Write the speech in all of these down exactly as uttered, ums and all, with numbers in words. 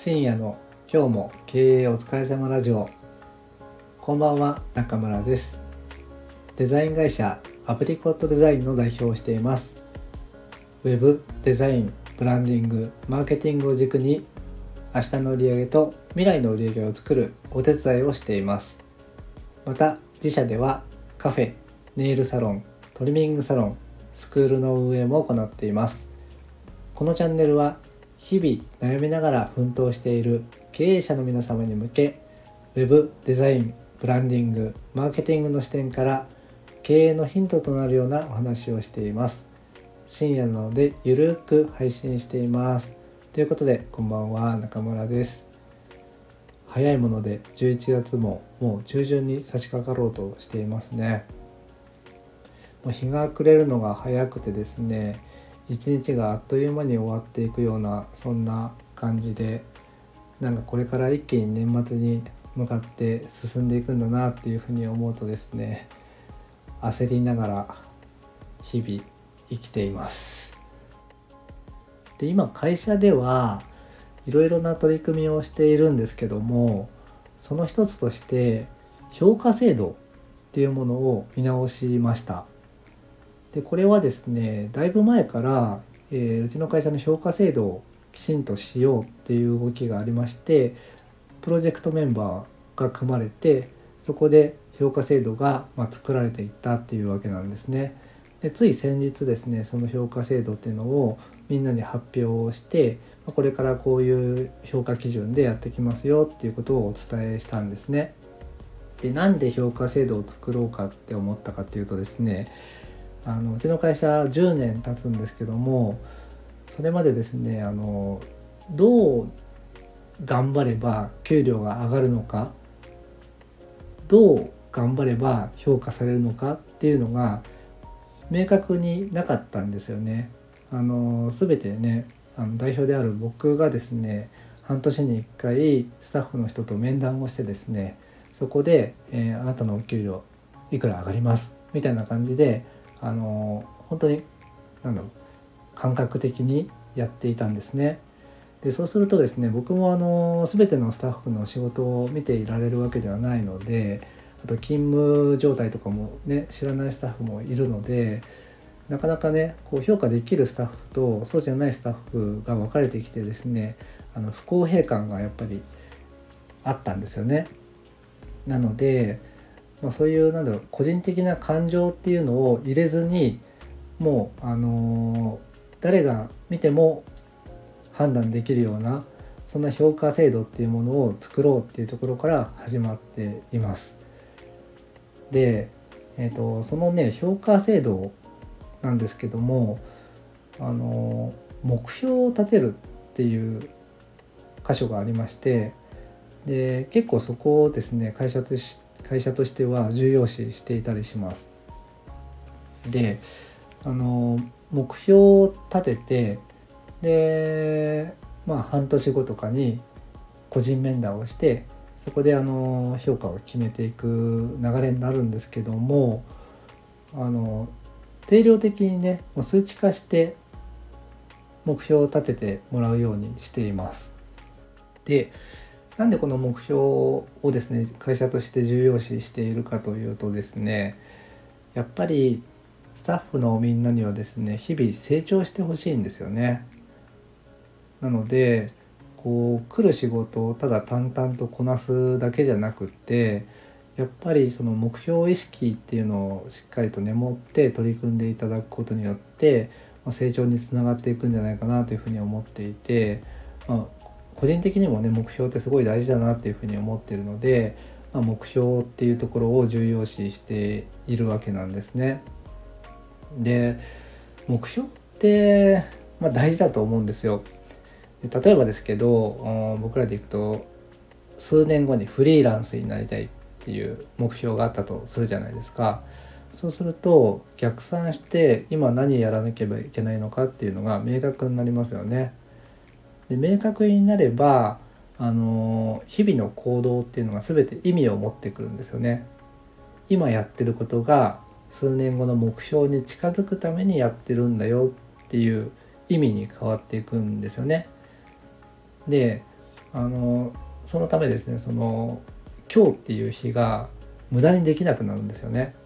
深夜の今日も経営お疲れ様ラジオ。こんばんは、中村です。デザイン会社アプリコットデザインの代表をしています。ウェブ、デザイン、ブランディング、マーケティングを軸に明日の売り上げと未来の売り上げを作るお手伝いをしています。また自社ではカフェ、ネイルサロン、トリミングサロン、スクールの運営も行っています。このチャンネルは日々悩みながら奮闘している経営者の皆様に向け、ウェブ、デザイン、ブランディング、マーケティングの視点から経営のヒントとなるようなお話をしています。深夜なのでゆるく配信しています。ということで、こんばんは、中村です。早いものでじゅういちがつももう中旬に差し掛かろうとしていますね。もう日が暮れるのが早くてですね、一日があっという間に終わっていくような、そんな感じで、なんかこれから一気に年末に向かって進んでいくんだなっていうふうに思うとですね、焦りながら日々生きています。で、今会社ではいろいろな取り組みをしているんですけども、その一つとして評価制度っていうものを見直しました。でこれはですね、だいぶ前から、えー、うちの会社の評価制度をきちんとしようっていう動きがありまして、プロジェクトメンバーが組まれて、そこで評価制度が、まあ、作られていったっていうわけなんですね。でつい先日ですね、その評価制度っていうのをみんなに発表をして、これからこういう評価基準でやってきますよっていうことをお伝えしたんですね。でなんで評価制度を作ろうかって思ったかっていうとですね、あのうちの会社じゅうねん経つんですけども、それまでですね、あのどう頑張れば給料が上がるのか、どう頑張れば評価されるのかっていうのが明確になかったんですよね。あの全てね、あの代表である僕がですね、半年にいっかいスタッフの人と面談をしてですね、そこで、えー、あなたのお給料いくら上がりますみたいな感じで、あの本当になんだろう感覚的にやっていたんですね。でそうするとですね、僕もあの全てのスタッフの仕事を見ていられるわけではないので、あと勤務状態とかもね知らないスタッフもいるので、なかなかねこう評価できるスタッフとそうじゃないスタッフが分かれてきてですね、あの不公平感がやっぱりあったんですよね。なので、まあ、そういうなんだろう個人的な感情っていうのを入れずに、もうあのー、誰が見ても判断できるような、そんな評価制度っていうものを作ろうっていうところから始まっています。で、えーと、そのね評価制度なんですけども、あの目標を立てるっていう箇所がありまして、で結構そこをですね会社とし会社としては重要視していたりします。で、あの目標を立てて、でまあ半年後とかに個人面談をして、そこであの評価を決めていく流れになるんですけども、あの定量的にねもう数値化して目標を立ててもらうようにしています。でなんでこの目標をですね会社として重要視しているかというとですね、やっぱりスタッフのみんなにはですね日々成長してほしいんですよね。なのでこう来る仕事をただ淡々とこなすだけじゃなくって、やっぱりその目標意識っていうのをしっかりとね持って取り組んでいただくことによって、まあ、成長につながっていくんじゃないかなというふうに思っていて、まあ、個人的にもね目標ってすごい大事だなっていうふうに思っているので、まあ、目標っていうところを重要視しているわけなんですね。で目標って、まあ、大事だと思うんですよ。例えばですけど、僕らでいくと数年後にフリーランスになりたいっていう目標があったとするじゃないですか。そうすると逆算して今何やらなければいけないのかっていうのが明確になりますよね。で明確になれば、あの日々の行動っていうのが全て意味を持ってくるんですよね。今やってることが数年後の目標に近づくためにやってるんだよっていう意味に変わっていくんですよね。で、 あのそのためですね、その今日っていう日が無駄にできなくなるんですよね。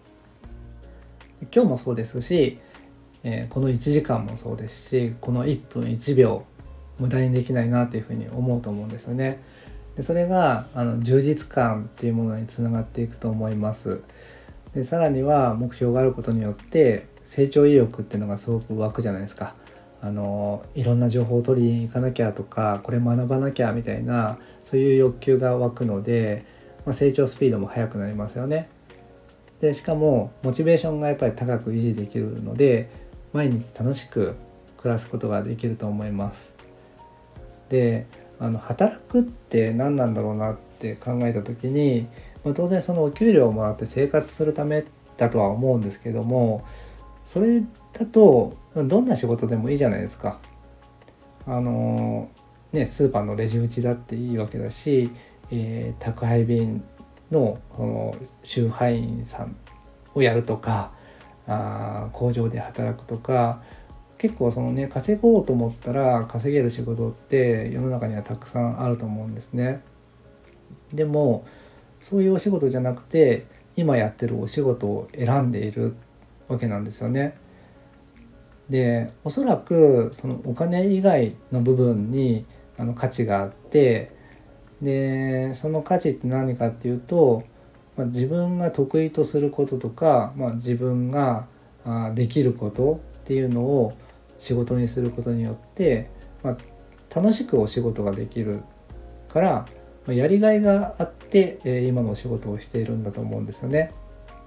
今日もそうですし、えー、このいちじかんもそうですし、このいっぷんいちびょう無駄にできないなっていうふうに思うと思うんですよね。でそれがあの充実感っていうものにつながっていくと思います。でさらには目標があることによって成長意欲っていうのがすごく湧くじゃないですか。あのいろんな情報を取りに行かなきゃとか、これ学ばなきゃみたいな、そういう欲求が湧くので、まあ、成長スピードも速くなりますよね。でしかもモチベーションがやっぱり高く維持できるので、毎日楽しく暮らすことができると思います。であの働くって何なんだろうなって考えた時に、まあ、当然そのお給料をもらって生活するためだとは思うんですけども、それだとどんな仕事でもいいじゃないですか。あのね、スーパーのレジ打ちだっていいわけだし、えー、宅配便のその集配員さんをやるとか、あ工場で働くとか、結構そのね、稼ごうと思ったら稼げる仕事って世の中にはたくさんあると思うんですね。でもそういうお仕事じゃなくて、今やってるお仕事を選んでいるわけなんですよね。でおそらくそのお金以外の部分にあの価値があって、でその価値って何かっていうと、まあ、自分が得意とすることとか、まあ、自分があできることっていうのを仕事にすることによって、まあ、楽しくお仕事ができるから、まあ、やりがいがあって、えー、今のお仕事をしているんだと思うんですよね。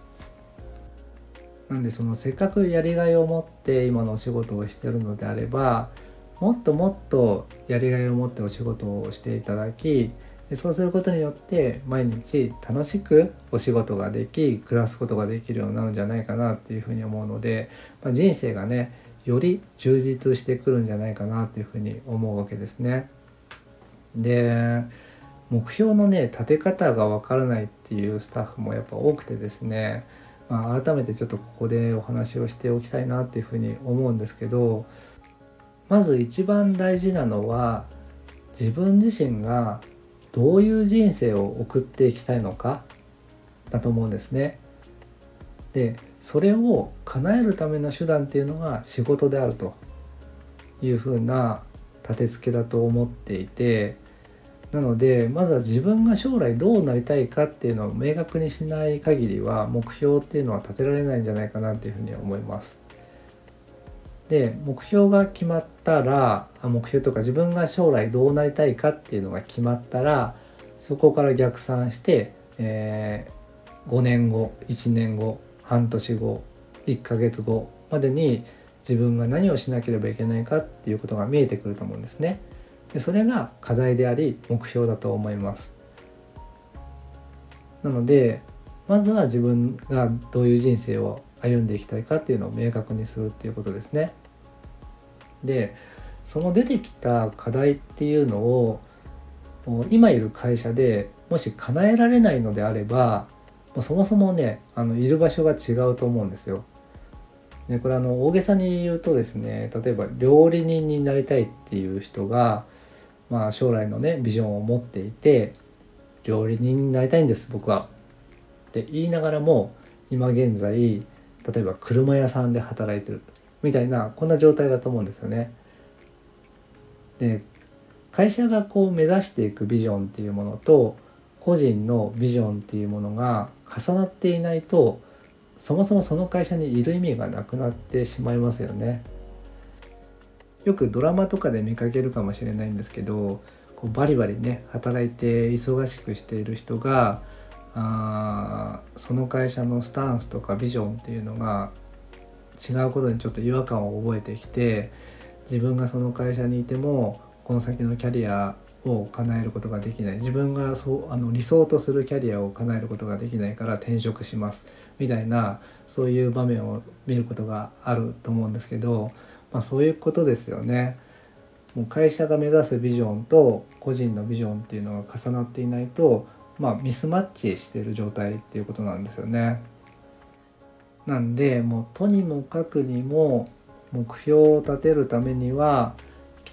なんでそのせっかくやりがいを持って今のお仕事をしているのであれば、もっともっとやりがいを持ってお仕事をしていただき、でそうすることによって毎日楽しくお仕事ができ、暮らすことができるようになるんじゃないかなっていうふうに思うので、まあ、人生がねより充実してくるんじゃないかなっていうふうに思うわけですね。で目標のね立て方がわからないっていうスタッフもやっぱ多くてですね、まあ、改めてちょっとここでお話をしておきたいなっていうふうに思うんですけど、まず一番大事なのは自分自身がどういう人生を送っていきたいのかだと思うんですね。でそれを叶えるための手段っていうのが仕事であるというふうな立て付けだと思っていて、なのでまずは自分が将来どうなりたいかっていうのを明確にしない限りは目標っていうのは立てられないんじゃないかなっていうふうに思います。で目標が決まったら、目標とか自分が将来どうなりたいかっていうのが決まったら、そこから逆算して、えー、ごねんご、いちねんご、半年後、いっかげつごまでに自分が何をしなければいけないかっていうことが見えてくると思うんですね。でそれが課題であり目標だと思います。なのでまずは自分がどういう人生を歩んでいきたいかっていうのを明確にするっていうことですね。でその出てきた課題っていうのを今いる会社でもし叶えられないのであれば、そもそもねあのいる場所が違うと思うんですよ。でこれあの大げさに言うとですね、例えば料理人になりたいっていう人が、まあ、将来のねビジョンを持っていて、料理人になりたいんです僕はって言いながらも、今現在例えば車屋さんで働いてるみたいな、こんな状態だと思うんですよね。で会社がこう目指していくビジョンっていうものと個人のビジョンっていうものが重なっていないと、そもそもその会社にいる意味がなくなってしまいますよね。よくドラマとかで見かけるかもしれないんですけど、こうバリバリね働いて忙しくしている人が、あその会社のスタンスとかビジョンっていうのが違うことにちょっと違和感を覚えてきて、自分がその会社にいてもこの先のキャリアを叶えることができない、自分がそうあの理想とするキャリアを叶えることができないから転職しますみたいな、そういう場面を見ることがあると思うんですけど、まあ、そういうことですよね。もう会社が目指すビジョンと個人のビジョンっていうのが重なっていないと、まあ、ミスマッチしている状態っていうことなんですよね。なんでもうとにもかくにも目標を立てるためにはき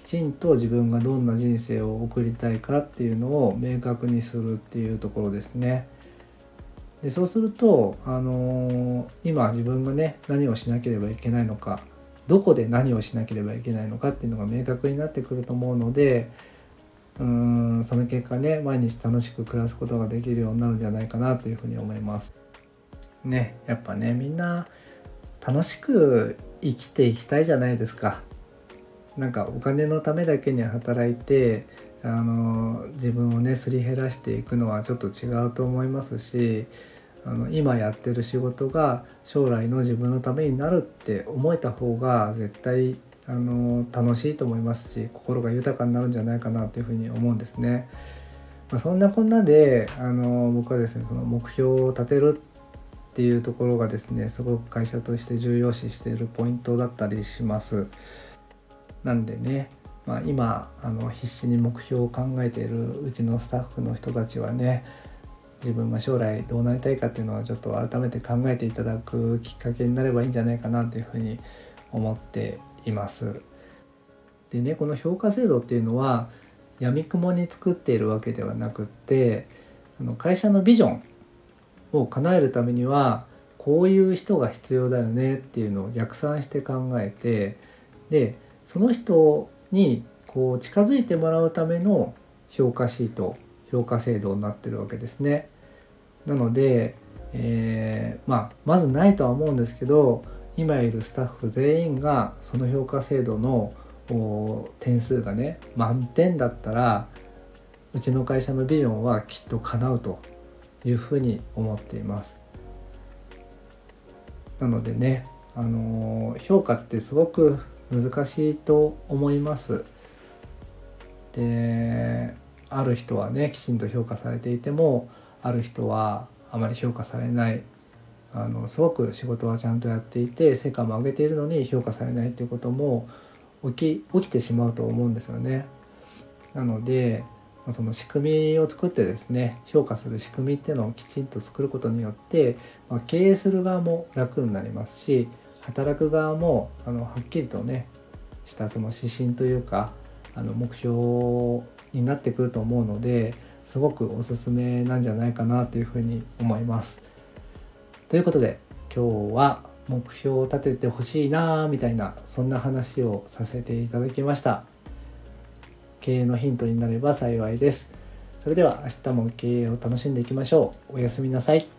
ちんと自分がどんな人生を送りたいかっていうのを明確にするっていうところですね。でそうすると、あのー、今自分がね何をしなければいけないのか、どこで何をしなければいけないのかっていうのが明確になってくると思うので、うーんその結果ね毎日楽しく暮らすことができるようになるんじゃないかなというふうに思いますね。やっぱねみんな楽しく生きていきたいじゃないですか。なんかお金のためだけに働いてあの自分をねすり減らしていくのはちょっと違うと思いますし、あの今やってる仕事が将来の自分のためになるって思えた方が絶対あの楽しいと思いますし、心が豊かになるんじゃないかなというふうに思うんですね。まあ、そんなこんなであの僕はですねその目標を立てるっていうところがですねすごく会社として重要視しているポイントだったりします。なんでね、まあ、今あの必死に目標を考えているうちのスタッフの人たちはね、自分が将来どうなりたいかっていうのはちょっと改めて考えていただくきっかけになればいいんじゃないかなというふうに思っています。でね、この評価制度っていうのは闇雲に作っているわけではなくって、あの会社のビジョンを叶えるためにはこういう人が必要だよねっていうのを逆算して考えて、でその人にこう近づいてもらうための評価シート、評価制度になってるわけですね。なので、えーまあ、まずないとは思うんですけど、今いるスタッフ全員がその評価制度の点数がね満点だったら、うちの会社のビジョンはきっと叶うというふうに思っています。なのでね、あのー、評価ってすごく難しいと思います。で、ある人はねきちんと評価されていても、ある人はあまり評価されない、あのすごく仕事はちゃんとやっていて成果も上げているのに評価されないということも起き、起きてしまうと思うんですよね。なのでその仕組みを作ってですね、評価する仕組みっていうのをきちんと作ることによって、まあ、経営する側も楽になりますし、働く側もあのはっきりとねしたその指針というかあの目標になってくると思うので、すごくおすすめなんじゃないかなというふうに思います。ということで今日は目標を立ててほしいなみたいな、そんな話をさせていただきました。経営のヒントになれば幸いです。それでは明日も経営を楽しんでいきましょう。おやすみなさい。